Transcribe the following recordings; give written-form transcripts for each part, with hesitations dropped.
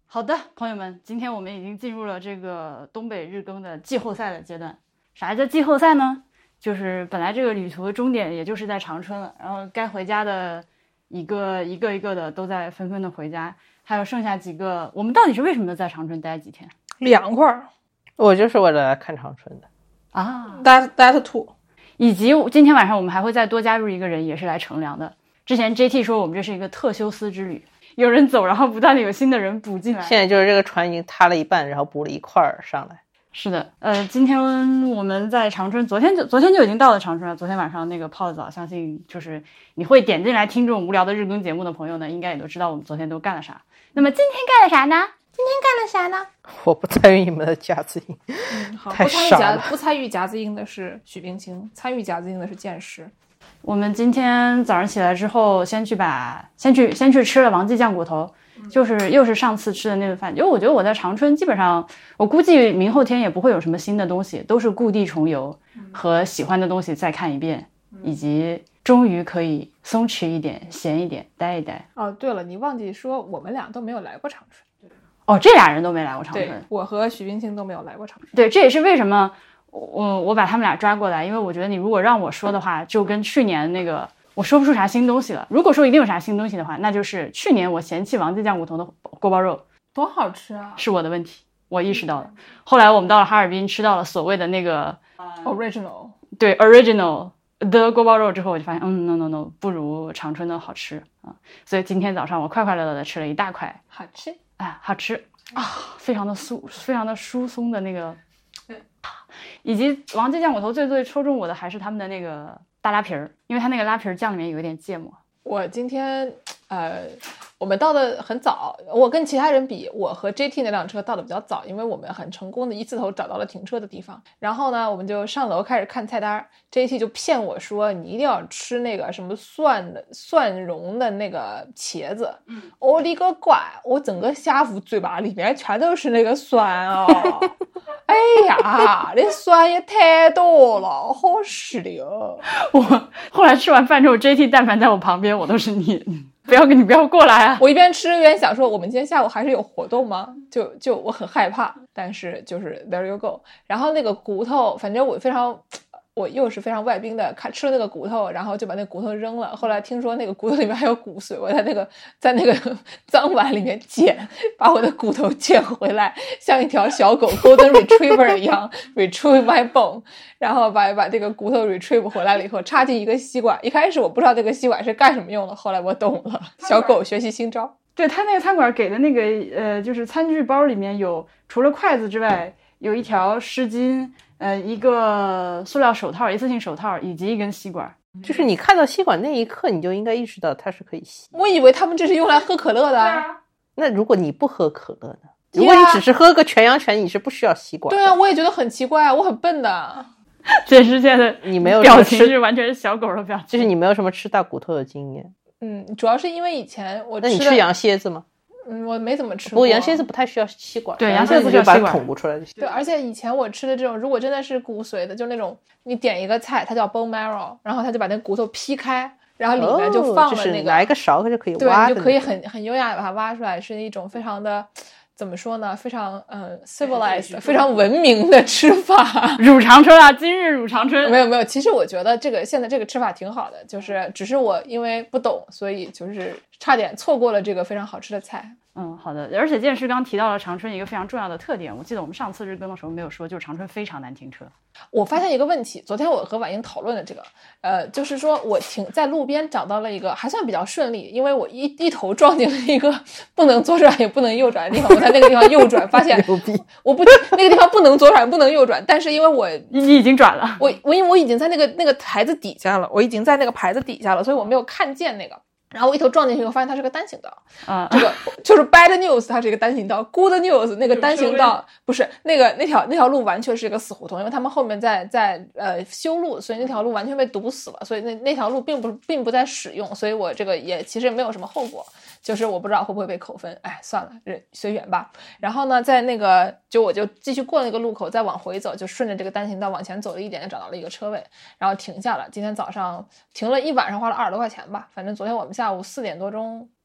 好的，朋友们，今天我们已经进入了这个东北日更的季后赛的阶段。啥叫季后赛呢？就是本来这个旅途的终点也就是在长春了，然后该回家的一个的都在纷纷的回家，还有剩下几个，我们到底是为什么在长春待几天？ 凉快。我就是为了来看长春的啊 ，That too。 以及今天晚上我们还会再多加入一个人，也是来乘凉的。之前 JT 说我们这是一个特修斯之旅，有人走，然后不断的有新的人补进来。 现在就是这个船已经塌了一半，然后补了一块上来。 是的，今天我们在长春，昨天就已经到了长春了。昨天晚上那个泡澡，相信就是你会点进来听这种无聊的日更节目的朋友呢，应该也都知道我们昨天都干了啥。那么今天干了啥呢？ 我不参与你们的夹子音， 好， 太傻了。 不参与夹子音的是许冰清，参与夹子音的是剑师。 我们今天早上起来之后，先去吃了王记酱骨头，就是又是上次吃的那顿饭。因为我觉得我在长春基本上，我估计明后天也不会有什么新的东西，都是故地重游和喜欢的东西再看一遍，以及终于可以松弛一点、闲一点、待一待。 哦，对了，你忘记说我们俩都没有来过长春。 哦，这俩人都没来过长春。 对，我和许冰清都没有来过长春。 对，这也是为什么我把他们俩抓过来，因为我觉得你如果让我说的话，就跟去年那个我说不出啥新东西了。如果说一定有啥新东西的话，那就是去年我嫌弃王记酱骨头的锅包肉多好吃啊， 是我的问题，我意识到了。后来我们到了哈尔滨，吃到了所谓的那个 original 对 original 的锅包肉之后，我就发现no 不如长春的好吃啊。所以今天早上我快快乐乐的吃了一大块， 好吃好吃啊，非常的疏松的那个。以及王记酱骨头最戳中我的还是他们的那个大拉皮儿，因为他那个拉皮儿酱里面有一点芥末。 我今天我们到的很早，我跟其他人比，我和 JT 那辆车到的比较早，因为我们很成功的一字头找到了停车的地方。然后呢，我们就上楼开始看菜单 ，JT 就骗我说你一定要吃那个什么蒜蓉的那个茄子。我的个乖，我整个下腹嘴巴里面全都是那个蒜哦。哎呀，那蒜也太多了，好失灵。 我后来吃完饭之后 ，JT 但凡在我旁边，我都是你不要过来啊！ 我一边吃一边想说，我们今天下午还是有活动吗？就我很害怕，但是就是 there you go。然后那个骨头，反正我又是非常外宾的，吃了那个骨头，然后就把那个骨头扔了。后来听说那个骨头里面还有骨髓，我在那个脏碗里面把我的骨头捡回来，像一条小狗 Golden Retriever 一样 retrieve my bone， 然后把这个骨头 retrieve 回来了以后，插进一个吸管。一开始我不知道这个吸管是干什么用的，后来我懂了，小狗学习新招。 对，他那个餐馆给的那个就是餐具包里面有除了筷子之外，有一条湿巾。一个塑料手套，一次性手套，以及一根吸管。 就是你看到吸管那一刻，你就应该意识到它是可以吸。 我以为他们这是用来喝可乐的。 那如果你不喝可乐呢？如果你只是喝个全羊泉，你是不需要吸管的。 对啊，我也觉得很奇怪，我很笨的。 这世界的你没有表情是完全是小狗的表情， 就是你没有什么吃大骨头的经验。 主要是因为以前我吃的。 那你吃羊蝎子吗？ 我没怎么吃过。 不过羊蝎子不太需要吸管。 对，羊蝎子不需要吸管， 把它捅出来就行。 对，而且以前我吃的这种，如果真的是骨髓的，就那种你点一个菜，它叫 bone marrow， 然后他就把那骨头劈开，然后里面就放了那个， 就是拿一个勺就可以挖的， 对，你就可以很优雅的把它挖出来，是一种非常的。怎么说呢？非常civilized， 非常文明的吃法。 乳长春啊，今日乳长春。 没有，其实我觉得现在这个吃法挺好的，就是只是我因为不懂，所以就是差点错过了这个非常好吃的菜。 好的。而且剑师刚提到了长春一个非常重要的特点，我记得我们上次日更的时候没有说，就是长春非常难停车。 我发现一个问题，昨天我和婉英讨论的这个，就是说我在路边找到了一个还算比较顺利，因为我一头撞进了一个不能左转也不能右转的地方，我在那个地方右转，发现我不那个地方不能左转不能右转，但是因为你已经转了， 因为我已经在那个牌子底下了，所以我没有看见那个。然后我一头撞进去，我发现它是个单行道。这个就是 bad news， 它是一个单行道。good news， 那个单行道不是那条路完全是一个死胡同，因为他们后面在修路，所以那条路完全被堵死了，所以那条路并不再使用，所以我这个也其实没有什么后果。就是我不知道会不会被扣分，算了，随缘吧。然后呢，在那个我就继续过那个路口，再往回走，就顺着这个单行道往前走了一点，就找到了一个车位，然后停下了。今天早上停了一晚上，花了20多块钱吧。反正昨天我们下午4点多钟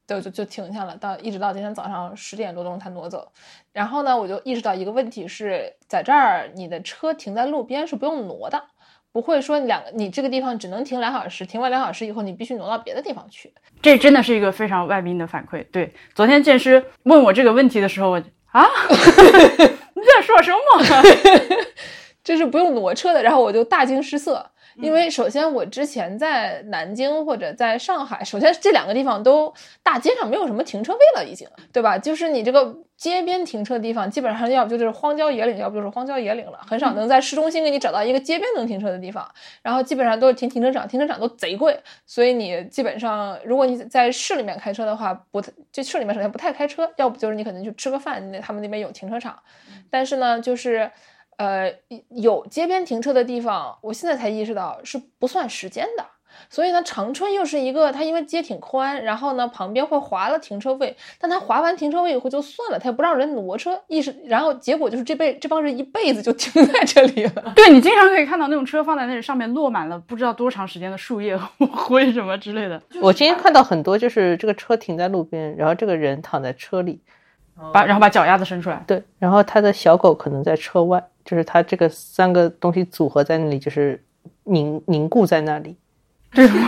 就停下了，一直到今天早上10点多钟才挪走。然后呢，我就意识到一个问题是，在这儿你的车停在路边是不用挪的，不会说你这个地方只能停2小时，停完2小时以后你必须挪到别的地方去。 这真的是一个非常外宾的反馈。对，昨天剑师问我这个问题的时候，你在说什么？ 这是不用挪车的，然后我就大惊失色。因为首先我之前在南京或者在上海，首先这2个地方都大街上没有什么停车位了已经，对吧？就是你这个街边停车的地方基本上要不就是荒郊野岭，要不就是荒郊野岭了，很少能在市中心给你找到一个街边能停车的地方。然后基本上都是停车场，停车场都贼贵，所以你基本上如果你在市里面开车的话，就市里面首先不太开车，要不就是你可能去吃个饭，他们那边有停车场。但是呢就是有街边停车的地方，我现在才意识到是不算时间的。所以呢，长春又是一个，它因为街挺宽，然后呢旁边会划了停车位，但它划完停车位以后就算了，它也不让人挪车，然后结果就是这帮人一辈子就停在这里了。 对，你经常可以看到那种车放在那里，上面落满了不知道多长时间的树叶和灰什么之类的。 我今天看到很多，就是这个车停在路边，然后这个人躺在车里， 然后把脚丫子伸出来， 对，然后他的小狗可能在车外，就是他这个3个东西组合在那里，就是凝固在那里。 对吗？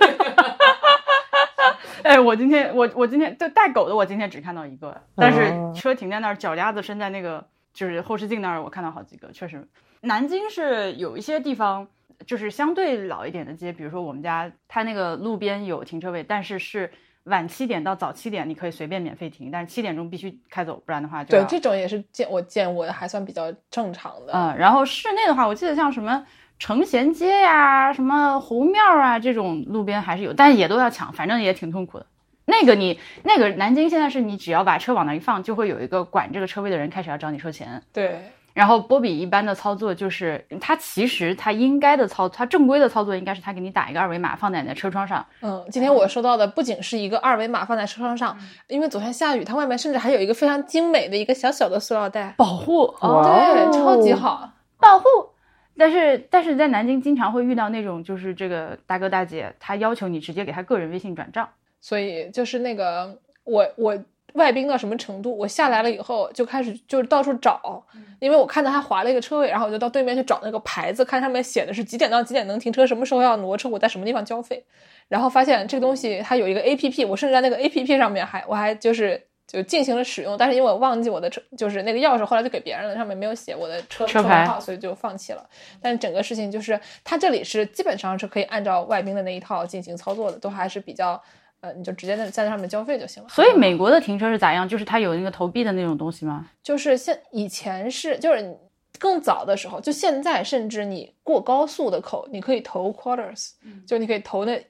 哎，我今天就带狗的，我今天只看到一个，但是车停在那儿，脚丫子伸在那个就是后视镜那儿，我看到好几个，确实。南京是有一些地方就是相对老一点的街，比如说我们家，它那个路边有停车位，但是晚7点到早7点你可以随便免费停，但是7点钟必须开走，不然的话就对，这种也是见过的，还算比较正常的。 然后室内的话，我记得像什么承贤街呀、什么侯庙啊这种路边还是有，但也都要抢，反正也挺痛苦的。那个南京现在是你只要把车往那一放，就会有一个管这个车位的人开始要找你收钱。 对。 然后波比一般的操作就是他其实他应该的他正规的操作应该是他给你打一个2维码放在你的车窗上。 今天我收到的不仅是一个2维码放在车窗上，因为昨天下雨，它外面甚至还有一个非常精美的一个小小的塑料袋保护。 对，超级好保护。但是在南京经常会遇到那种就是这个大哥大姐他要求你直接给他个人微信转账， 所以就是那个我外宾到什么程度，我下来了以后就开始就是到处找，因为我看到他划了一个车位，然后我就到对面去找那个牌子，看上面写的是几点到几点能停车，什么时候要挪车，我在什么地方交费，然后发现这个东西它有一个 APP， 我甚至在那个 APP 上面我还就进行了使用，但是因为我忘记我的车就是那个钥匙后来就给别人了，上面没有写我的车牌号，所以就放弃了。但整个事情就是它这里是基本上是可以按照外宾的那一套进行操作的，都还是比较你就直接在上面交费就行了。 所以美国的停车是咋样？就是它有那个投币的那种东西吗？ 就是以前是就是更早的时候，就现在甚至你过高速的口你可以投 quarters，就你可以投那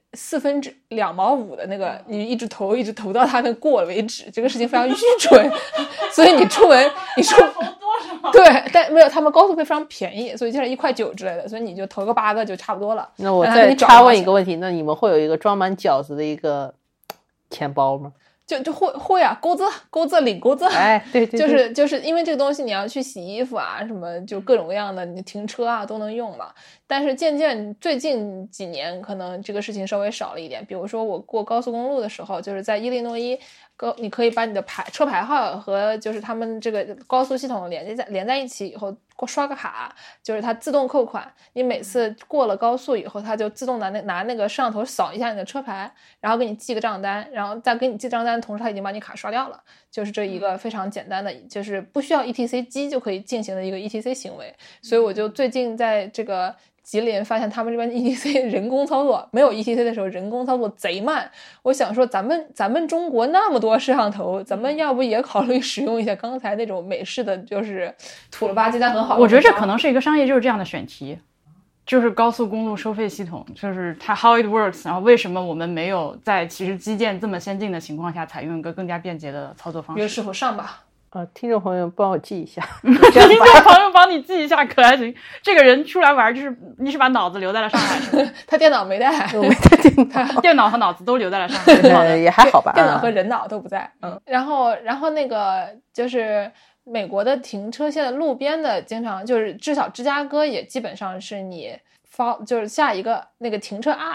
2毛5的那个，你一直投到它那过为止，这个事情非常愚蠢。所以你出门你说对，但没有，他们高速费非常便宜，所以就是1.9块之类的，所以你就投个8个就差不多了。 那我再插问一个问题，那你们会有一个装满饺子的一个钱包吗？ 就会啊，钩子领钩子， 哎，对， 就是因为这个东西你要去洗衣服啊，什么就各种各样的，你停车啊都能用嘛。但是渐渐最近几年，可能这个事情稍微少了一点。比如说我过高速公路的时候，就是在伊利诺伊，你可以把你的车牌号和就是他们这个高速系统连在一起以后，刷个卡，就是它自动扣款。你每次过了高速以后，它就自动拿那个摄像头扫一下你的车牌，然后给你记个账单，然后再给你记账单的同时，它已经把你卡刷掉了。就是这一个非常简单的，就是不需要 ETC 机就可以进行的一个 ETC 行为。所以我就最近在这个吉林发现他们这边 ETC 人工操作，没有 ETC 的时候人工操作贼慢。我想说咱们中国那么多摄像头，咱们要不也考虑使用一下刚才那种美式的就是土了吧唧但很好。 我觉得这可能是一个商业就是这样的选题，就是高速公路收费系统，就是它 how it works， 然后为什么我们没有在其实基建这么先进的情况下采用一个更加便捷的操作方式。 是否上吧。 听众朋友帮我记一下， 听众朋友帮你记一下可还行。这个人出来玩就是你是把脑子留在了上海， 他电脑没带， 我没带电脑和脑子都留在了上海， 也还好吧， 电脑和人脑都不在。然后那个就是美国的停车线的路边的经常就是至少芝加哥也基本上是你就是下一个那个停车 app，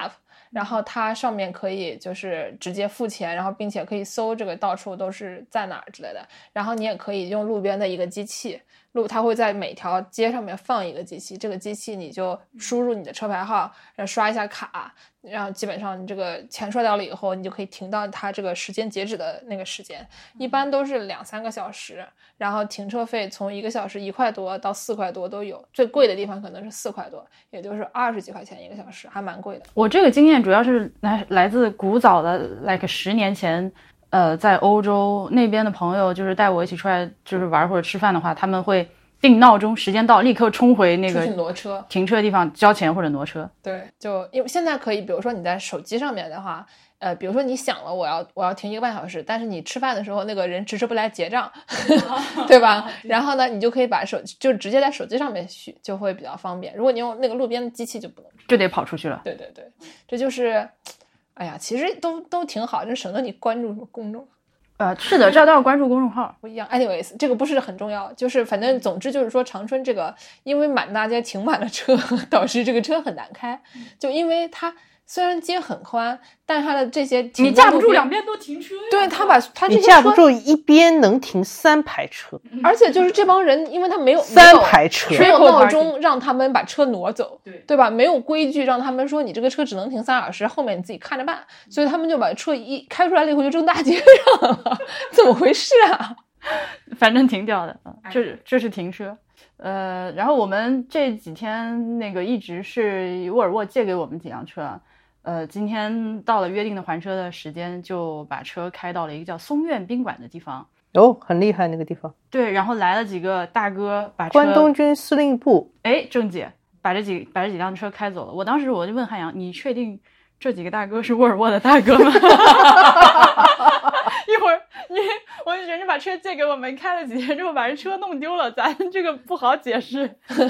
然后它上面可以就是直接付钱，然后并且可以搜这个到处都是在哪儿之类的，然后你也可以用路边的一个机器，它会在每条街上面放一个机器，这个机器你就输入你的车牌号，然后刷一下卡，然后基本上你这个钱刷掉了以后，你就可以停到它这个时间截止的那个时间，一般都是2-3个小时，然后停车费从1个小时1块多到4块多都有，最贵的地方可能是4块多，也就是20几块钱1个小时，还蛮贵的。 我这个经验主要是来自古早的 like 10年前，在欧洲那边的朋友就是带我一起出来就是玩或者吃饭的话，他们会定闹钟，时间到立刻冲回那个出去挪车停车地方交钱或者挪车。 对，就因为现在可以，比如说你在手机上面的话，比如说你想了我要停1个半小时，但是你吃饭的时候那个人迟迟不来结账，对吧？然后呢，你就可以把就直接在手机上面续，就会比较方便。如果你用那个路边的机器就不能， 就得跑出去了。 对对对，这就是，哎呀，其实都挺好，就省得你关注什么公众。 是的，这都要关注公众号。 不一样 ，anyways， 这个不是很重要，就是反正总之就是说，长春这个因为满大街停满了车，导致这个车很难开，就因为它虽然街很宽，但它的这些你架不住两边都停车呀。 对，它这些你架不住一边能停3排车， 而且就是这帮人，因为他没有 3排车， 没有闹钟让他们把车挪走， 对吧？没有规矩让他们说你这个车只能停3小时，后面你自己看着办，所以他们就把车一开出来了以后就扔大街上了，怎么回事啊？ 反正挺屌的，这是停车。然后我们这几天那个一直是沃尔沃借给我们几辆车。今天到了约定的还车的时间，就把车开到了一个叫松苑宾馆的地方。 很厉害那个地方。 对，然后来了几个大哥，把车关东军司令部， 郑姐把这几辆车开走了。我当时我就问汉阳，你确定这几个大哥是沃尔沃的大哥吗？一会儿人家把车借给我们，开了几天之后把这车弄丢了，咱这个不好解释。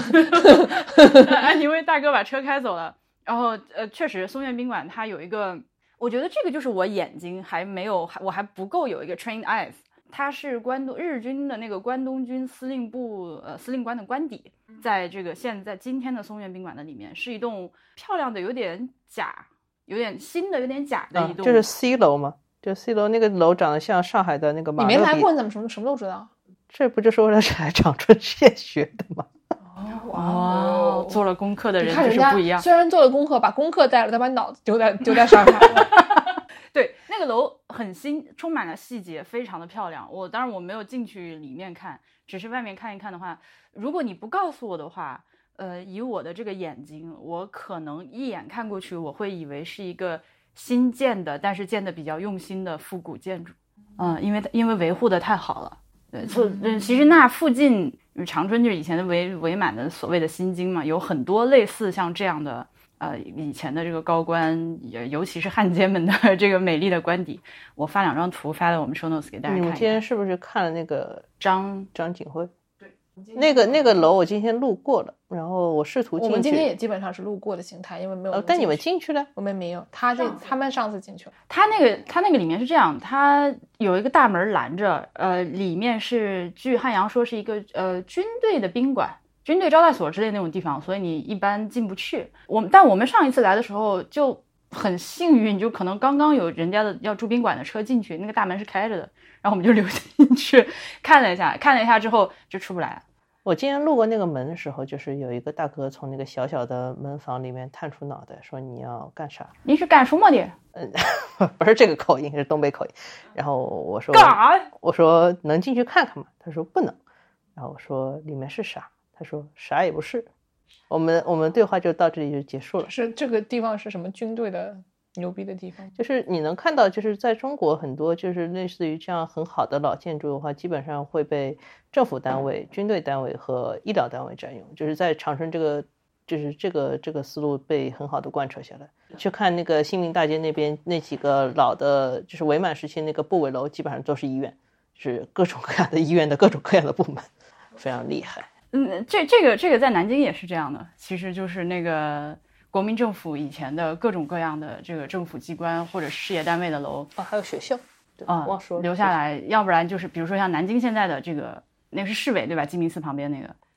因为大哥把车开走了。然后确实松苑宾馆它有一个，我觉得这个就是我眼睛我还不够有一个 trained eyes， 它是日军的那个关东军司令部司令官的官邸，在这个今天的松苑宾馆的里面，是一栋漂亮的有点新的有点假的一栋， 就是 C 楼嘛，就 C 楼那个楼长得像上海的那个马勒比。 你没来过，你怎么什么都知道？ 这不就是为了来长春现学的吗？ 哇，做了功课的人就是不一样。 虽然做了功课，把功课带了，但把脑子丢在上海了。 对，那个楼很新，充满了细节，非常的漂亮。当然我没有进去里面看，只是外面看一看的话，如果你不告诉我的话，以我的这个眼睛，我可能一眼看过去，我会以为是一个新建的，但是建的比较用心的复古建筑。因为维护的太好了。对，其实那附近长春就是以前的伪满的所谓的新京嘛，有很多类似像这样的以前的这个高官，尤其是汉奸们的这个美丽的官邸。我发2张图发在我们 show notes 给大家看一看。 你们今天是不是看了那个张景辉？ 对， 那个楼我今天路过了，然后我试图进去。 我们今天也基本上是路过的形态，因为没有。 但你们进去了？ 我们没有，他们上次进去了。 他那个里面是这样，他有一个大门拦着，里面是据汉阳说是一个军队的宾馆。军队招待所之类那种地方，所以你一般进不去。但我们上一次来的时候就很幸运，就可能刚刚有人家的要住宾馆的车进去，那个大门是开着的，然后我们就溜进去看了一下之后就出不来了。 我今天路过那个门的时候，就是有一个大哥从那个小小的门房里面探出脑袋说：“你要干啥？” 你是干什么的？ 不是这个口音，是东北口音。然后我说：“ 干啥？” 我说：“能进去看看吗？”他说：“不能。”然后我说：“里面是啥？”他说：“啥也不是。”我们对话就到这里就结束了。 是这个地方是什么军队的牛逼的地方？ 就是你能看到，就是在中国很多就是类似于这样很好的老建筑的话，基本上会被政府单位、军队单位和医疗单位占用。就是在长春这个思路被很好的贯彻下来。去看那个新民大街那边那几个老的，就是伪满时期那个部委楼，基本上都是医院，就是各种各样的医院的各种各样的部门，非常厉害。 这个在南京也是这样的，其实就是那个国民政府以前的各种各样的这个政府机关或者事业单位的楼还有学校忘说留下来，要不然就是比如说像南京现在的这个那个是市委对吧？鸡鸣寺旁边那个，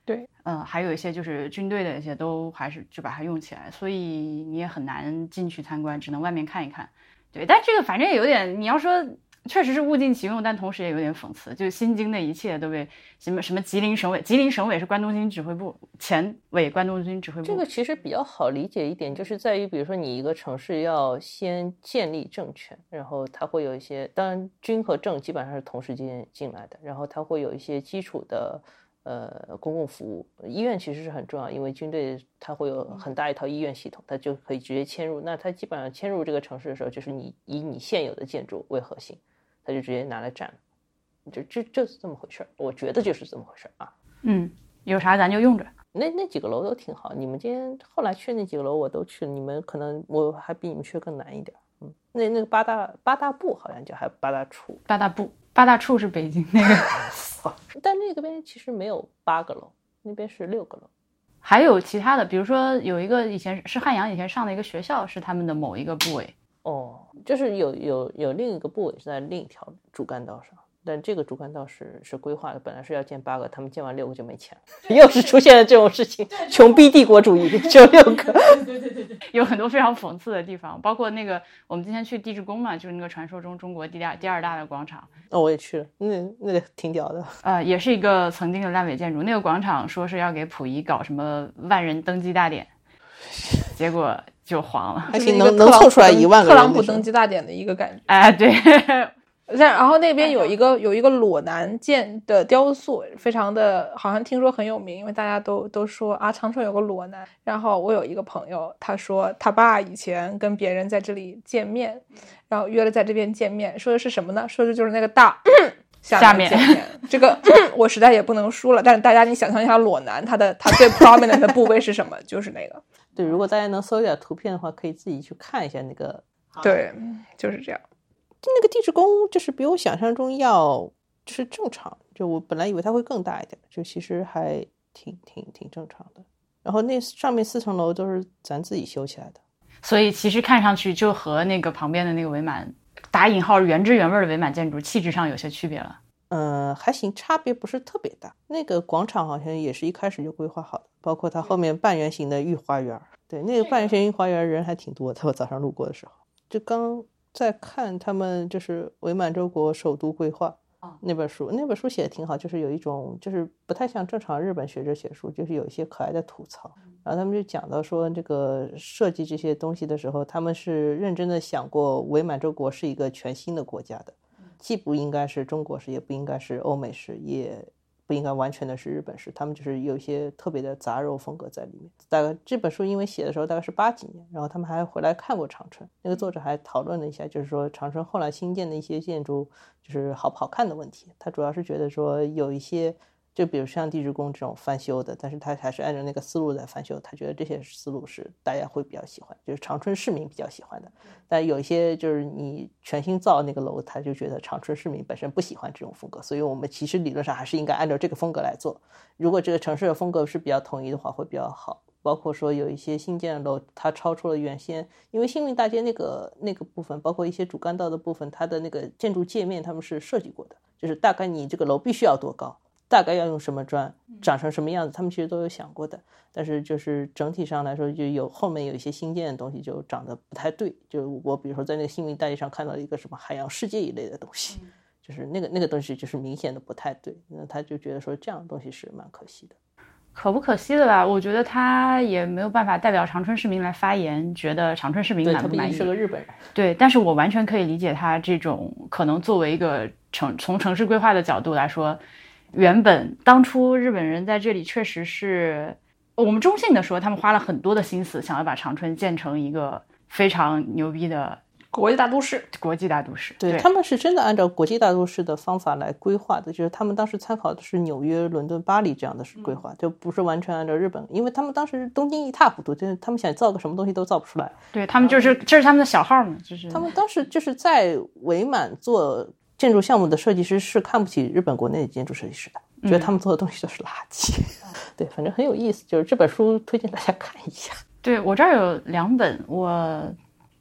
对， 还有一些就是军队的一些都还是就把它用起来，所以你也很难进去参观，只能外面看一看。对，但这个反正也有点，你要说确实是物尽其用，但同时也有点讽刺，就是新京的一切都被什么吉林省委，吉林省委是关东军指挥部，前委关东军指挥部。 这个其实比较好理解一点，就是在于比如说你一个城市要先建立政权，然后它会有一些，当然军和政基本上是同时间进来的，然后它会有一些基础的公共服务。医院其实是很重要，因为军队它会有很大一套医院系统，它就可以直接迁入。那它基本上迁入这个城市的时候，就是你以你现有的建筑为核心，它就直接拿来占了，就是这么回事。我觉得就是这么回事啊。 有啥咱就用着。 那几个楼都挺好，你们今天后来去那几个楼我都去了，你们可能我还比你们去更难一点。那个八大部好像叫，还八大处。 八大处是北京那个但那个边其实没有8个楼，那边是6个楼。 还有其他的，比如说有一个以前是汉阳以前上的一个学校，是他们的某一个部委。 就是有另一个部委是在另一条主干道上，但这个主干道是规划的，本来是要建8个，他们建完6个就没钱了，又是出现了这种事情，穷逼帝国主义，只有6个。 对，有很多非常讽刺的地方，包括那个我们今天去地质宫嘛，就是那个传说中中国第二大的广场。 我也去了，那个挺屌的。 也是一个曾经的烂尾建筑。那个广场说是要给溥仪搞什么万人登基大典，结果就黄了。 还行，能凑出来1万个人。 特朗普登基大典的一个感觉。 对。 然后那边有一个裸男建的雕塑，非常的好像听说很有名，因为大家都说啊，长春有个裸男。然后我有一个朋友，他说他爸以前跟别人在这里见面，然后约了在这边见面，说的是什么呢？说的就是那个大下面见面。这个我实在也不能输了，但是大家你想象一下裸男他最 prominent 的部位是什么？就是那个。 对，如果大家能搜一点图片的话，可以自己去看一下那个。 对，就是这样。 那个地质宫就是比我想象中要就是正常，就我本来以为它会更大一点，就其实还挺正常的。然后那上面4层楼都是咱自己修起来的， 所以其实看上去就和那个旁边的那个伪满打引号原汁原味的伪满建筑气质上有些区别了。 还行，差别不是特别大。那个广场好像也是一开始就规划好的，包括它后面半圆形的御花园。对，那个半圆形御花园人还挺多的，我早上路过的时候就刚在看他们就是伪满洲国首都规划那本书写的挺好，就是有一种就是不太像正常日本学者写书，就是有一些可爱的吐槽。然后他们就讲到说这个设计这些东西的时候，他们是认真的想过伪满洲国是一个全新的国家的，既不应该是中国式，也不应该是欧美式，也不应该完全的是日本式，他们就是有一些特别的杂糅风格在里面。大概这本书因为写的时候大概是80几年，然后他们还回来看过长春，那个作者还讨论了一下，就是说长春后来新建的一些建筑就是好不好看的问题。他主要是觉得说有一些就比如像地质宫这种翻修的，但是他还是按照那个思路在翻修，他觉得这些思路是大家会比较喜欢，就是长春市民比较喜欢的。但有一些就是你全新造那个楼，他就觉得长春市民本身不喜欢这种风格，所以我们其实理论上还是应该按照这个风格来做。如果这个城市的风格是比较统一的话会比较好。包括说有一些新建的楼它超出了原先，因为新运大街那个部分包括一些主干道的部分，它的那个建筑界面他们是设计过的，就是大概你这个楼必须要多高，大概要用什么砖，长成什么样子，他们其实都有想过的。但是就是整体上来说，就后面有一些新建的东西就长得不太对。就我比如说在那个新运大街上看到一个什么海洋世界一类的东西，就是那个东西就是明显的不太对。那他就觉得说这样的东西是蛮可惜的。 可不可惜的吧？我觉得他也没有办法代表长春市民来发言，觉得长春市民满不满意。 对，他毕竟是个日本人。 对，但是我完全可以理解他这种可能作为一个从城市规划的角度来说，原本当初日本人在这里确实是我们中性的说，他们花了很多的心思想要把长春建成一个非常牛逼的国际大都市。 对，他们是真的按照国际大都市的方法来规划的，就是他们当时参考的是纽约、伦敦、巴黎这样的规划，就不是完全按照日本，因为他们当时东京一塌糊涂，就是他们想造个什么东西都造不出来。 对，他们就是这是他们的小号嘛，就是他们当时就是在伪满做建筑项目的设计师是看不起日本国内的建筑设计师的，觉得他们做的东西都是垃圾。对，反正很有意思，就是这本书推荐大家看一下。 对，我这儿有2本，我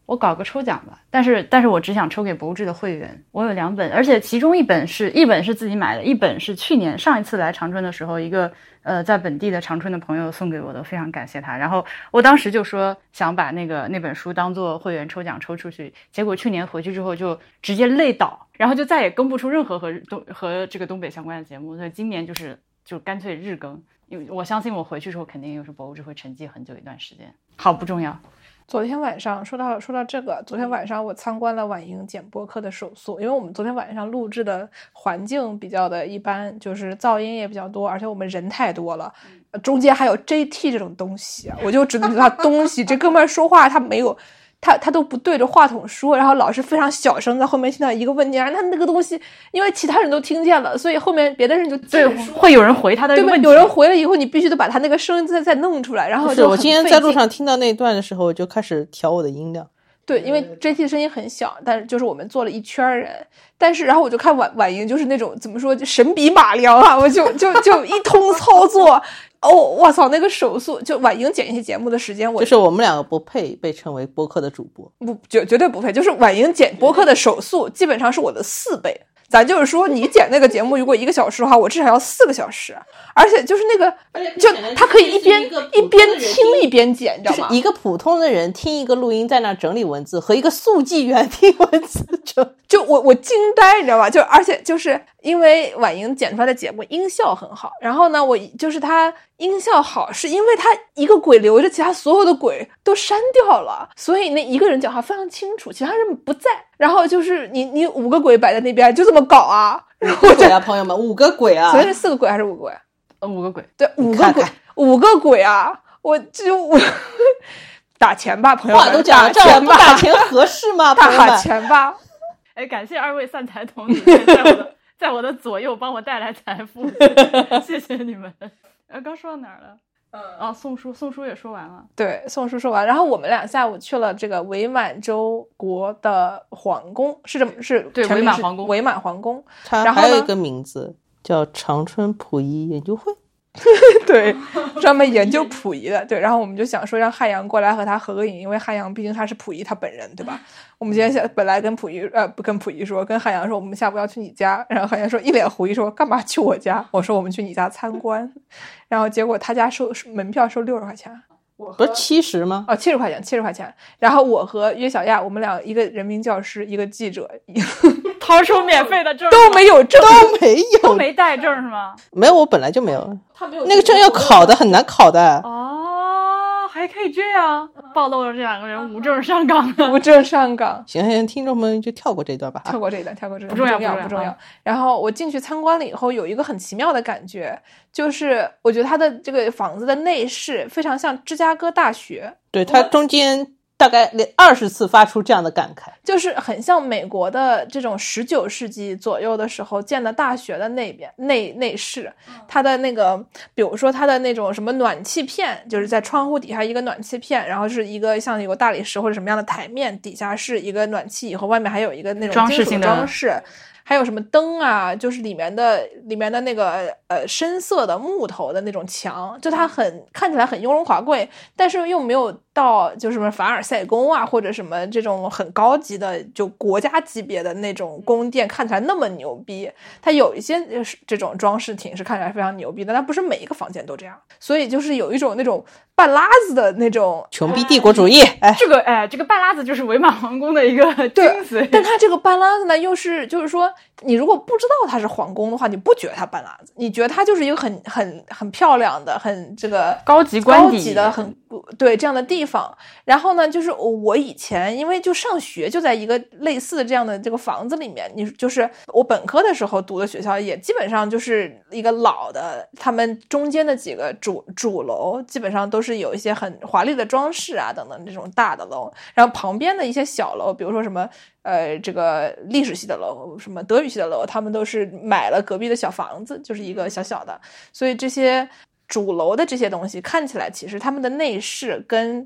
我搞个抽奖吧，但是我只想抽给博物志的会员。我有2本，而且其中一本是自己买的，一本是去年上一次来长春的时候一个在本地的长春的朋友送给我的，非常感谢他。然后我当时就说想把那本书当做会员抽奖抽出去，结果去年回去之后就直接累倒，然后就再也更不出任何和这个东北相关的节目，所以今年就干脆日更，因为我相信我回去之后肯定又是博物志会沉寂很久一段时间。好，不重要。 昨天晚上说到这个，昨天晚上我参观了婉莹剪播客的手速，因为我们昨天晚上录制的环境比较的一般，就是噪音也比较多，而且我们人太多了，中间还有 JT 这种东西，我就只能他东西这哥们说话他没有他都不对着话筒说，然后老是非常小声在后面听到一个问题，然后他那个东西因为其他人都听见了，所以后面别的人就对会有人回他的问题， 对吧？有人回了以后你必须得把他那个声音再弄出来，然后就我今天在路上听到那一段的时候我就开始调我的音量。 对，因为 JT 的声音很小，但是就是我们坐了一圈人，但是然后我就看婉莹就是那种怎么说神笔马良啊，我就一通操作，哦，我操，那个手速，就婉莹剪一些节目的时间， 就是我们两个不配被称为播客的主播， 绝对不配，就是婉莹剪播客的手速基本上是我的4倍。咱就是说你剪那个节目如果1个小时的话，我至少要4个小时，而且就是那个就他可以一边听一边剪，你知道吗？ 就是一个普通的人听一个录音在那整理文字，和一个速记员听文字就我惊呆，你知道吧？就而且就是因为婉莹剪出来的节目音效很好，然后呢，我就是他音效好是因为他一个轨留着其他所有的轨都删掉了，所以那一个人讲话非常清楚，其他人不在。然后就是你5个轨摆在那边就这么搞啊 ，5个轨啊，朋友们，5个轨啊， 昨天是4个轨还是5个轨 ？5个轨， 对，5个轨，5个轨啊！我打钱吧，朋友们， 话都讲了，这样不打钱合适吗？ 打钱吧！ 哎，感谢2位散财童女在我的左右帮我带来财富，谢谢你们。刚说到哪儿了？宋书也说完了。对， 宋书说完，然后我们俩下午去了这个伪满洲国的皇宫，是对，伪满皇宫， 伪满皇宫。 它还有一个名字叫长春溥仪研究会。 对，专门研究溥仪的。对，然后我们就想说让汉阳过来和他合个影，因为汉阳毕竟他是溥仪他本人，对吧？我们今天本来跟溥仪不跟溥仪说，跟汉阳说我们下午要去你家，然后汉阳说一脸狐疑说干嘛去我家？我说我们去你家参观，然后结果他家门票收60块钱。 不是70吗 ？70块钱，70块钱。然后我和约小亚，我们俩一个人民教师，一个记者， 掏出免费的证， 都没有证， 都没带证是吗？ 没有，我本来就没有。他没有那个证要考的，很难考的。 哦，还可以这样，暴露了这2个人无证上岗。 无证上岗。 行，听众们就跳过这一段吧。 跳过这一段，不重要。然后我进去参观了以后，有一个很奇妙的感觉，就是我觉得它的这个房子的内饰非常像芝加哥大学。 对，它中间大概20次发出这样的感慨， 就是很像美国的这种19世纪左右的时候建的大学的那边内饰，它的那个比如说它的那种什么暖气片，就是在窗户底下一个暖气片，然后是一个像有大理石或者什么样的台面，底下是一个暖气，以后外面还有一个那种金属装饰，还有什么灯啊，就是里面的那个深色的木头的那种墙，就它看起来很雍容华贵，但是又没有到就是什么凡尔赛宫啊或者什么这种很高级的就国家级别的那种宫殿看起来那么牛逼。它有一些这种装饰品是看起来非常牛逼的，但不是每一个房间都这样，所以就是有一种那种半拉子的那种穷逼帝国主义。 这个半拉子就是伪满皇宫的一个精髓。 但它这个半拉子呢，又是就是说你如果不知道它是皇宫的话，你不觉得它半拉子，你觉得它就是一个很漂亮的很这个高级的很对这样的地方。然后呢，就是我以前因为就上学就在一个类似的这样的这个房子里面，你就是我本科的时候读的学校也基本上就是一个老的，他们中间的几个主楼基本上都是有一些很华丽的装饰啊等等这种大的楼，然后旁边的一些小楼，比如说什么这个历史系的楼，什么德语系的楼，他们都是买了隔壁的小房子，就是一个小小的，所以这些主楼的这些东西看起来其实他们的内饰跟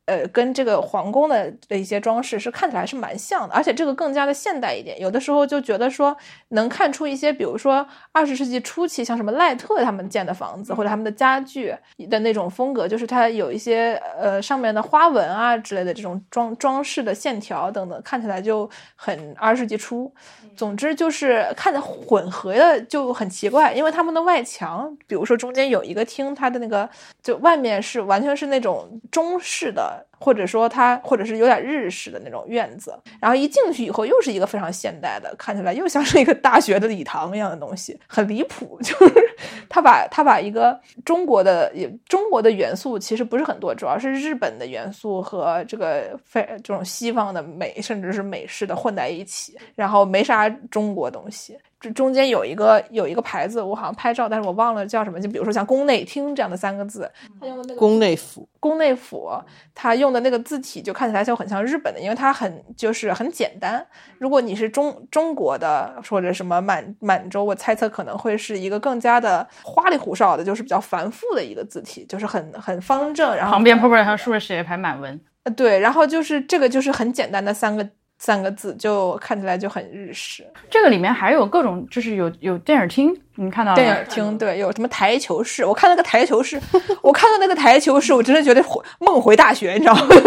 跟这个皇宫的一些装饰是看起来是蛮像的，而且这个更加的现代一点。有的时候就觉得说能看出一些，比如说20世纪初期像什么赖特他们建的房子或者他们的家具的那种风格，就是它有一些上面的花纹啊之类的这种装饰的线条等等，看起来就很20世纪初。总之就是看着混合的就很奇怪，因为他们的外墙，比如说中间有一个厅，它的那个就外面是完全是那种中式的，或者说它或者是有点日式的那种院子，然后一进去以后又是一个非常现代的，看起来又像是一个大学的礼堂一样的东西，很离谱。就是他把一个中国的元素其实不是很多，主要是日本的元素和这种西方的美甚至是美式的混在一起，然后没啥中国东西。这中间有一个牌子，我好像拍照，但是我忘了叫什么。就比如说像宫内厅这样的3个字，他用的那个宫内府， 他用的那个字体就看起来就很像日本的，因为它很简单。如果你是中国的或者什么满洲，我猜测可能会是一个更加的花里胡哨的，就是比较繁复的一个字体，就是很方正，然后旁边泡泡上是不是写一排满文？ 对，然后就是这个就是很简单的三个字，就看起来就很日式。 这个里面还有各种，就是有电影厅，你看到了吗？ 电影厅，对，有什么台球室？我看那个台球室，我看到那个台球室，我真的觉得梦回大学，你知道吗？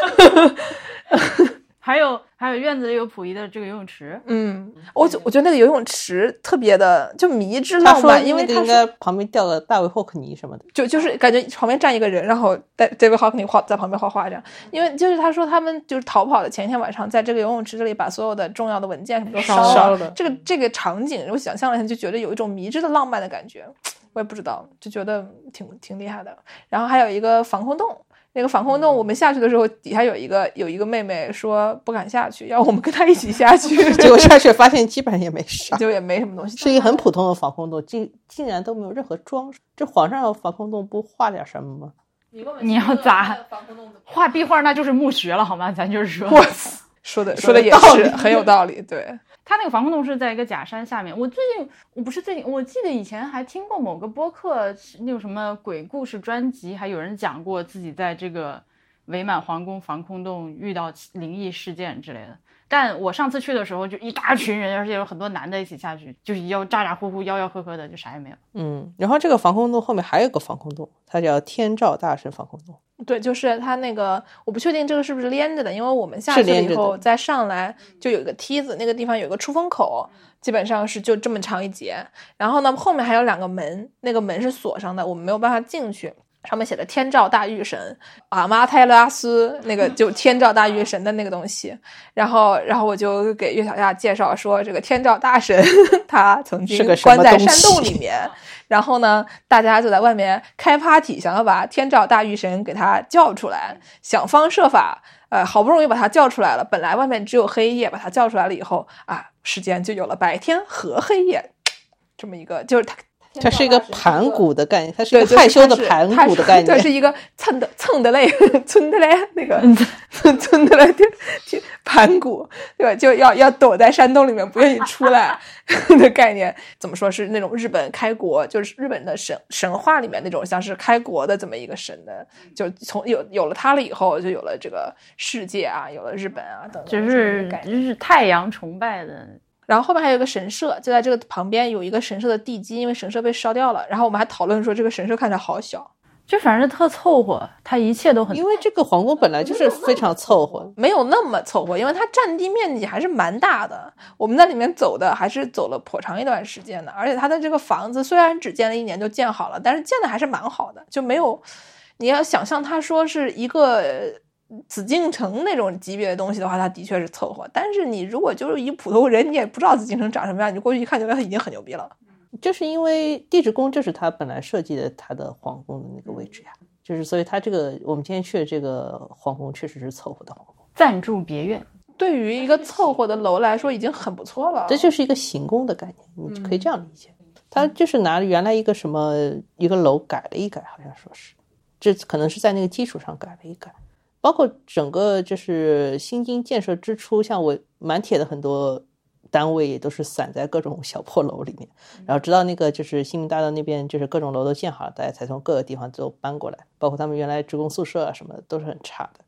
还有院子里有溥仪的这个游泳池， 我觉得那个游泳池特别的就迷之浪漫，因为他应该旁边吊个大卫霍克尼什么的， 就是感觉旁边站一个人，然后大卫霍克尼在旁边画画这样。因为就是他说他们就是逃跑的前一天晚上，在这个游泳池这里把所有的重要的文件什么都烧了。这个场景，我想象了一下，就觉得有一种迷之的浪漫的感觉。我也不知道，就觉得挺厉害的。然后还有一个防空洞。那个防空洞，我们下去的时候，底下有一个妹妹说不敢下去，要我们跟她一起下去。 结果下去发现基本上也没啥， 就也没什么东西， 是一个很普通的防空洞，竟然都没有任何装饰。这皇上防空洞不画点什么吗？ 你要咋画壁画，那就是墓穴了好吗？咱就是说， 说的也是很有道理，对。 他那个防空洞是在一个假山下面。我记得以前还听过某个播客那种什么鬼故事专辑，还有人讲过自己在这个伪满皇宫防空洞遇到灵异事件之类的。但我上次去的时候就一大群人，而且有很多男的一起下去，就是咋咋呼呼吆吆喝喝的，就啥也没有。 然后这个防空洞后面还有个防空洞，它叫天照大神防空洞。 对，就是它那个，我不确定这个是不是连着的，因为我们下去了以后再上来就有一个梯子，那个地方有一个出风口，基本上是就这么长一截。然后呢，后面还有2个门，那个门是锁上的，我们没有办法进去。上面写的天照大御神阿玛泰拉斯，那个就天照大御神的那个东西。然后我就给岳小夏介绍说，这个天照大神他曾经关在山洞里面，然后呢大家就在外面开 party， 想要把天照大御神给他叫出来，想方设法好不容易把他叫出来了。本来外面只有黑夜，把他叫出来了以后啊，时间就有了白天和黑夜这么一个，就是它是一个盘古的概念，它是一个害羞的盘古的概念， 它是一个蹭的嘞，村的嘞，那个村的嘞盘古，对吧？就要躲在山洞里面不愿意出来的概念。怎么说是那种日本开国，就是日本的神话里面那种像是开国的这么一个神的，就从有了它了以后，就有了这个世界啊，有了日本啊等等， 就是太阳崇拜的。 然后后面还有一个神社，就在这个旁边有一个神社的地基，因为神社被烧掉了。然后我们还讨论说这个神社看起来好小， 就反正特凑合，它一切都很。 因为这个皇宫本来就是非常凑合， 没有那么凑合，因为它占地面积还是蛮大的。我们在里面走的还是走了颇长一段时间的，而且它的这个房子虽然只建了1年就建好了，但是建的还是蛮好的，就没有你要想象它说是一个紫禁城那种级别的东西的话，它的确是凑合。但是你如果就是一普通人，你也不知道紫禁城长什么样，你过去一看就已经很牛逼了。 就是因为地质宫就是它本来设计的它的皇宫的那个位置呀，就是所以它这个我们今天去的这个皇宫确实是凑合的皇宫， 暂住别院。 对于一个凑合的楼来说已经很不错了， 这就是一个行宫的概念，你可以这样理解。它就是拿原来一个什么一个楼改了一改，好像说是这可能是在那个基础上改了一改。包括整个就是新京建设之初，像我满铁的很多单位也都是散在各种小破楼里面，然后直到那个就是新民大道那边就是各种楼都建好了，大家才从各个地方都搬过来，包括他们原来职工宿舍啊什么的都是很差的。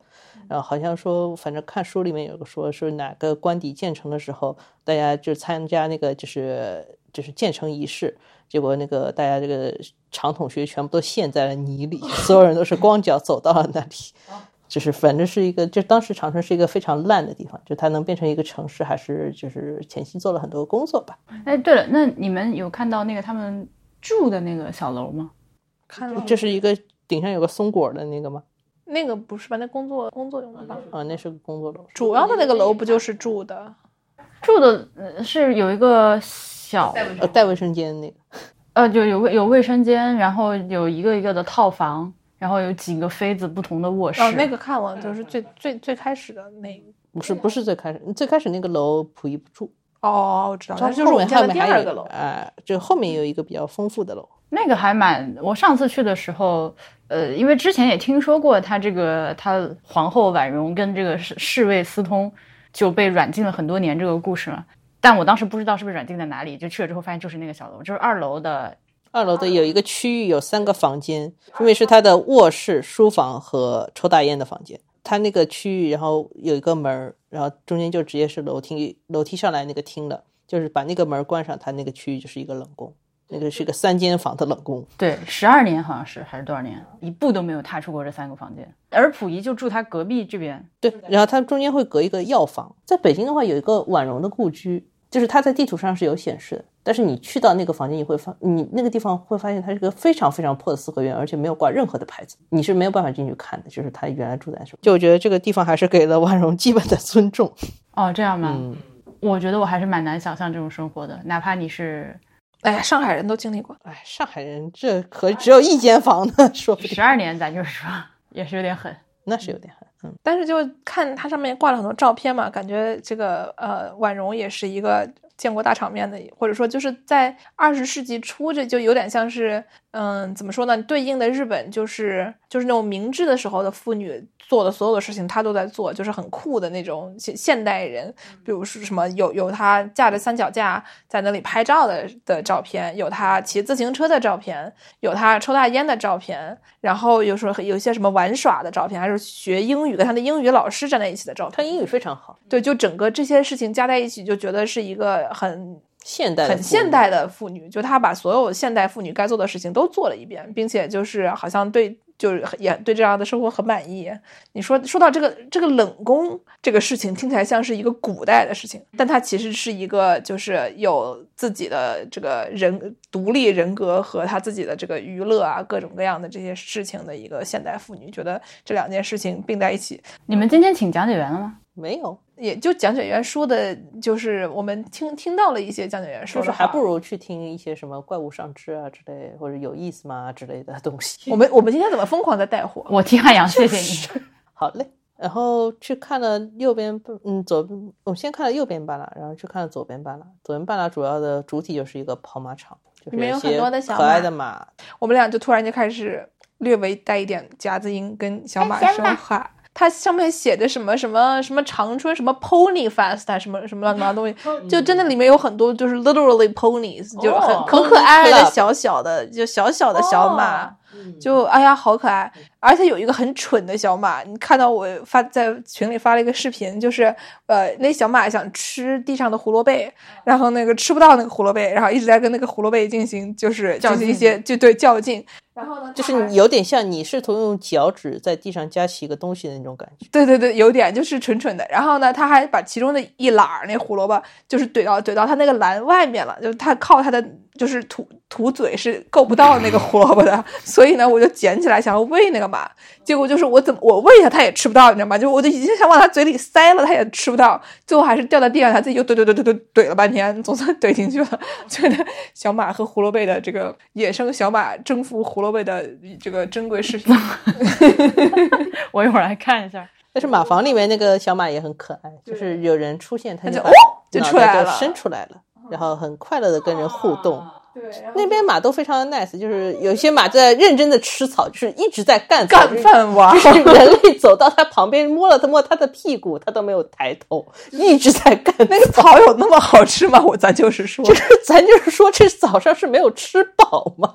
然后好像说反正看书里面有个说哪个官邸建成的时候大家就参加那个就是建成仪式，结果那个大家这个长筒靴全部都陷在了泥里，所有人都是光脚走到了那里。就是反正是一个，就当时长春是一个非常烂的地方，就它能变成一个城市，还是就是前期做了很多工作吧。 哎，对了，那你们有看到那个他们住的那个小楼吗？ 看了， 这是一个顶上有个松果的那个吗？ 那个不是吧？那工作用的吧？ 啊，那是个工作楼。 主要的那个楼不就是住的？ 住的是有一个小带卫生间那个。 就有卫生间，然后有一个一个的套房。然后有几个妃子不同的卧室。 那个看了，就是最开始的那个。 不是最开始，最开始那个楼溥仪不住。 哦，我知道，那就是后我们家的第二个楼。就后面有一个比较丰富的楼。 那个还我上次去的时候，因为之前也听说过他皇后婉容跟这个侍卫私通，就被软禁了很多年这个故事嘛。但我当时不知道是不是软禁在哪里，就去了之后发现就是那个小楼，就是二楼的有一个区域有3个房间，分别是他的卧室、书房和抽大烟的房间。他那个区域然后有一个门，然后中间就直接是楼梯上来那个厅了，就是把那个门关上，他那个区域就是一个冷宫，那个是一个3间房的冷宫。 对，12年好像是还是多少年，一步都没有踏出过这3个房间。而溥仪就住他隔壁这边。 对，然后他中间会隔一个药房。在北京的话有一个婉容的故居，就是它在地图上是有显示的，但是你去到那个房间你那个地方会发现它是个非常非常破的4合院，而且没有挂任何的牌子，你是没有办法进去看的，就是他原来住在什么。就我觉得这个地方还是给了婉容基本的尊重。 哦，这样吗？我觉得我还是蛮难想象这种生活的，哪怕你是上海人都经历过。 上海人这可只有1间房呢，说不定 12年咱就是说也是有点狠。 那是有点狠。 但是就看它上面挂了很多照片嘛，感觉这个婉容也是一个见过大场面的，或者说就是在20世纪初，这就有点像是怎么说呢，对应的日本就是那种明治的时候的妇女做的所有的事情她都在做，就是很酷的那种现代人。比如说什么有她架着3脚架在那里拍照的照片，有她骑自行车的照片，有她抽大烟的照片，然后有时候有一些什么玩耍的照片，还是学英语跟她的英语老师站在一起的照片。 她英语非常好。 对，就整个这些事情加在一起，就觉得是一个很现代的妇女，就她把所有现代妇女该做的事情都做了一遍，并且就是好像就是也对这样的生活很满意。你说到这个冷宫这个事情，听起来像是一个古代的事情，但它其实是一个就是有自己的这个独立人格和她自己的这个娱乐啊各种各样的这些事情的一个现代妇女。觉得这2件事情并在一起。 你们今天请讲解员了吗？ 没有， 也就讲解员说的，就是我们听到了一些讲解员说的， 就是还不如去听一些什么怪物上肢啊之类，或者有意思吗之类的东西。 我们今天怎么疯狂在带货？ 我听汉阳，谢谢你。 好嘞。然后去看了右边，我们先看了右边半拉，然后去看了左边半拉。左边半拉主要的主体就是一个跑马场，就是里面有很多的小马， 可爱的马。 我们俩就突然就开始略微带一点夹子音跟小马说话。它上面写着什么长春什么 Pony Fest 什么乱七八糟东西，就真的里面有很多就是 literally ponies， 就很可爱的小小的小马，就哎呀好可爱。而且有一个很蠢的小马，你看到我在群里发了一个视频，就是那小马想吃地上的胡萝卜，然后那个吃不到那个胡萝卜，然后一直在跟那个胡萝卜进行一些较劲。然后呢， 就是有点像你试图用脚趾在地上夹起一个东西的那种感觉。 对，有点就是蠢蠢的。然后呢，他还把其中的一篮那胡萝卜就是怼到他那个篮外面了，就是他靠他的就是吐嘴是够不到那个胡萝卜的，所以呢，我就捡起来想要喂那个马，结果就是我喂它也吃不到，你知道吗？就我就已经想往它嘴里塞了，它也吃不到，最后还是掉在地上，它自己又怼了半天，总算怼进去了。觉得小马和胡萝卜的这个野生小马征服胡萝卜的这个珍贵视频， 我一会儿来看一下。 但是马房里面那个小马也很可爱，就是有人出现，它就出来了， 伸出来了，然后很快乐的跟人互动。对，那边马都非常的 nice， 就是有些马在认真的吃草，就是一直在干饭玩， 就是人类走到它旁边摸它的屁股，它都没有抬头，一直在干草。 那个草有那么好吃吗？咱就是说这早上是没有吃饱吗？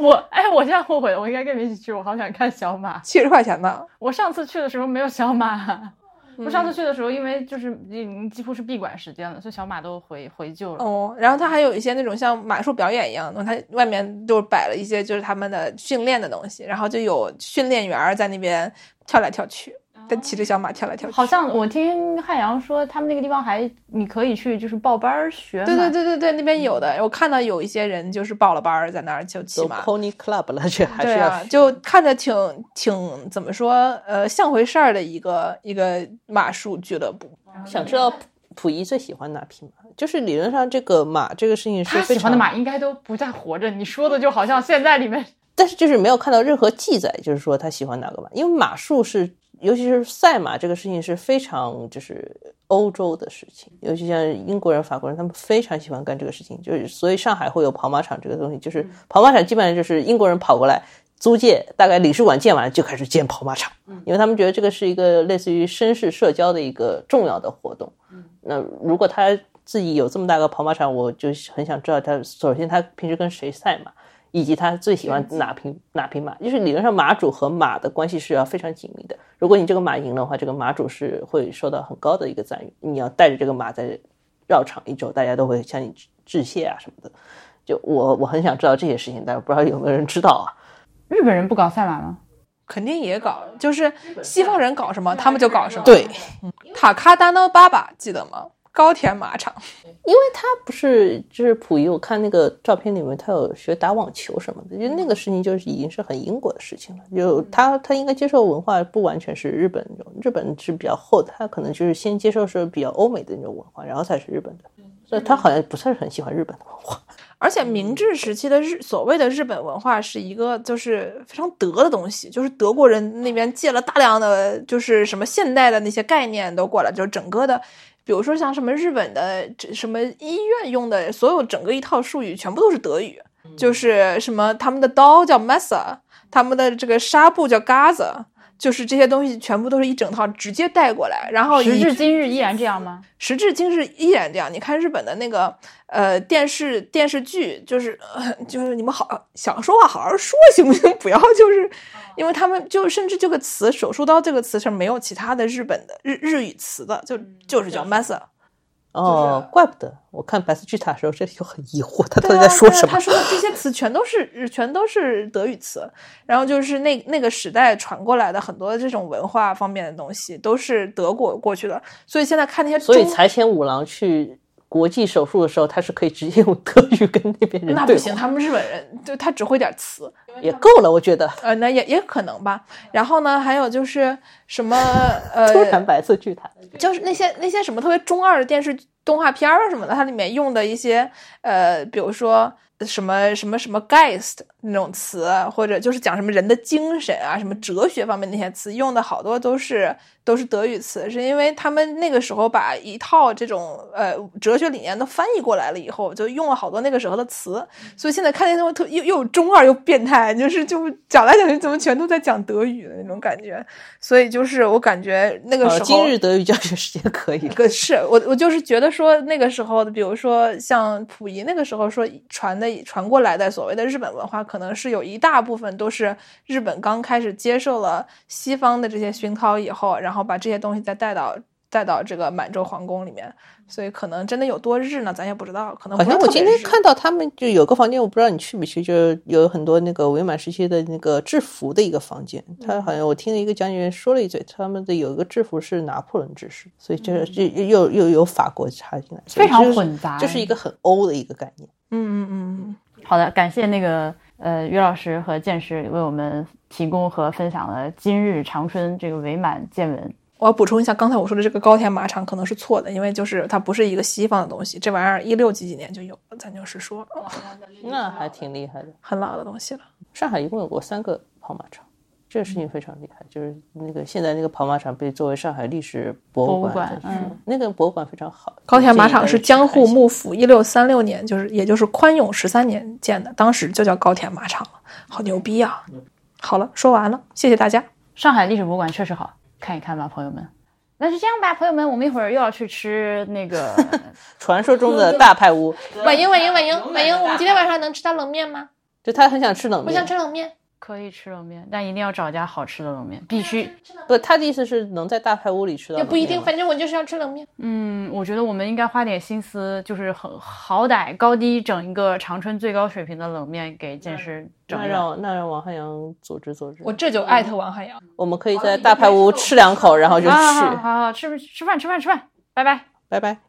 我现在后悔了，我应该跟你们一起去，我好想看小马。 70块钱呢。 我上次去的时候没有小马。我上次去的时候，因为就是几乎是闭馆时间了，所以小马都回旧了。 哦，然后它还有一些那种像马术表演一样的，它外面就摆了一些就是他们的训练的东西，然后就有训练员在那边跳来跳去，跟骑着小马跳来跳去。 好像我听汉阳说，他们那个地方你可以去就是报班学马。 对，那边有的，我看到有一些人就是报了班在那儿就骑马。 Pony Club 了，这还是对啊，就看着挺怎么说像回事儿的一个马术俱乐部。 想知道溥仪最喜欢哪匹马？就是理论上这个马这个事情是他喜欢的马应该都不再活着，你说的就好像现在里面， 但是就是没有看到任何记载，就是说他喜欢哪个马，因为马术是尤其是赛马这个事情是非常就是欧洲的事情，尤其像英国人法国人他们非常喜欢干这个事情，就是所以上海会有跑马场这个东西，就是跑马场基本上就是英国人跑过来租借，大概领事馆建完就开始建跑马场，因为他们觉得这个是一个类似于绅士社交的一个重要的活动。那如果他自己有这么大个跑马场，我就很想知道他首先他平时跟谁赛马，以及他最喜欢哪匹马，就是理论上马主和马的关系是要非常紧密的。如果你这个马赢的话，这个马主是会受到很高的一个赞誉，你要带着这个马在绕场一周，大家都会向你致谢啊什么的。就我很想知道这些事情，但是不知道有没有人知道啊。 日本人不搞赛马吗？ 肯定也搞，就是西方人搞什么他们就搞什么。 对， 塔卡达诺巴巴记得吗？高田马场。 因为他不是就是溥仪，我看那个照片里面他有学打网球什么的，就那个事情就是已经是很英国的事情了。就他应该接受文化不完全是日本那种，日本是比较后，他可能就是先接受是比较欧美的那种文化，然后才是日本的，所以他好像不算是很喜欢日本的文化。 而且明治时期的所谓的日本文化是一个就是非常德的东西，就是德国人那边借了大量的就是什么现代的那些概念都过来，就是整个的比如说像什么日本的什么医院用的所有整个一套术语全部都是德语，就是什么他们的刀叫 Messer， 他们的这个纱布叫 Gaza， 就是这些东西全部都是一整套直接带过来。然后时至今日依然这样吗？ 时至今日依然这样。你看日本的那个电视剧，就是你们好想说话好好说行不行？不要就是因为他们就甚至这个词手术刀这个词是没有其他的日本的日语词的，就是叫 Messer。 哦，怪不得我看白色巨塔的时候，这就很疑惑，他到底在说什么？ 他说的这些词全都是德语词，然后就是那个时代传过来的很多这种文化方面的东西都是德国过去的，所以现在看那些所以财前五郎去国际手术的时候，他是可以直接用德语跟那边人对话。 那不行，他们日本人就他只会点词也够了，我觉得。 那也可能吧。然后呢，还有就是什么突然白色巨塔， 就是那些什么特别中二的电视动画片什么的，它里面用的一些比如说什么 Geist 那种词，或者就是讲什么人的精神啊，什么哲学方面那些词，用的好多都是德语词，是因为他们那个时候把一套这种哲学理念都翻译过来了以后，就用了好多那个时候的词，所以现在看那东西又中二又变态，就讲来讲去怎么全都在讲德语的那种感觉，所以就是我感觉那个时候今日德语教学时间可以。 可是我就是觉得说那个时候的，比如说像溥仪那个时候说传过来的所谓的日本文化，可能是有一大部分都是日本刚开始接受了西方的这些熏陶以后，然后把这些东西再带到这个满洲皇宫里面，所以可能真的有多日呢，咱也不知道。可能好像我今天看到他们就有个房间，我不知道你去没去，就是有很多那个伪满时期的那个制服的一个房间。他好像我听了一个讲解员说了一嘴，他们的有一个制服是拿破仑制式，所以这又有法国插进来， 非常混杂， 就是一个很欧的一个概念。 好的，感谢那个于老师和剑师为我们提供和分享了今日长春这个伪满见闻。 我要补充一下，刚才我说的这个高田马场可能是错的，因为就是它不是一个西方的东西，这玩意儿16几年就有了，咱就是说， 那还挺厉害的， 很老的东西了。 上海一共有过3个跑马场，这个事情非常厉害，就是那个现在那个跑马场被作为上海历史博物馆，那个博物馆非常好。 高田马场是江户幕府1636年，也就是宽永13年建的，当时就叫高田马场了，好牛逼啊！好了，说完了，谢谢大家。 上海历史博物馆确实好，看一看吧，朋友们。那就这样吧，朋友们，我们一会儿又要去吃那个传说中的大派屋。 婉莹，我们今天晚上能吃到冷面吗？ 就他很想吃冷面， 我想吃冷面。 可以吃冷面，但一定要找家好吃的冷面，必须。 不，他的意思是能在大排屋里吃到冷面。 也不一定，反正我就是要吃冷面。 我觉得我们应该花点心思，就是好歹高低整一个长春最高水平的冷面给剑师整。 那让王汉阳组织。 我这就艾特王汉阳。 我们可以在大排屋吃2口，然后就去。 好，吃饭，拜拜。 拜拜。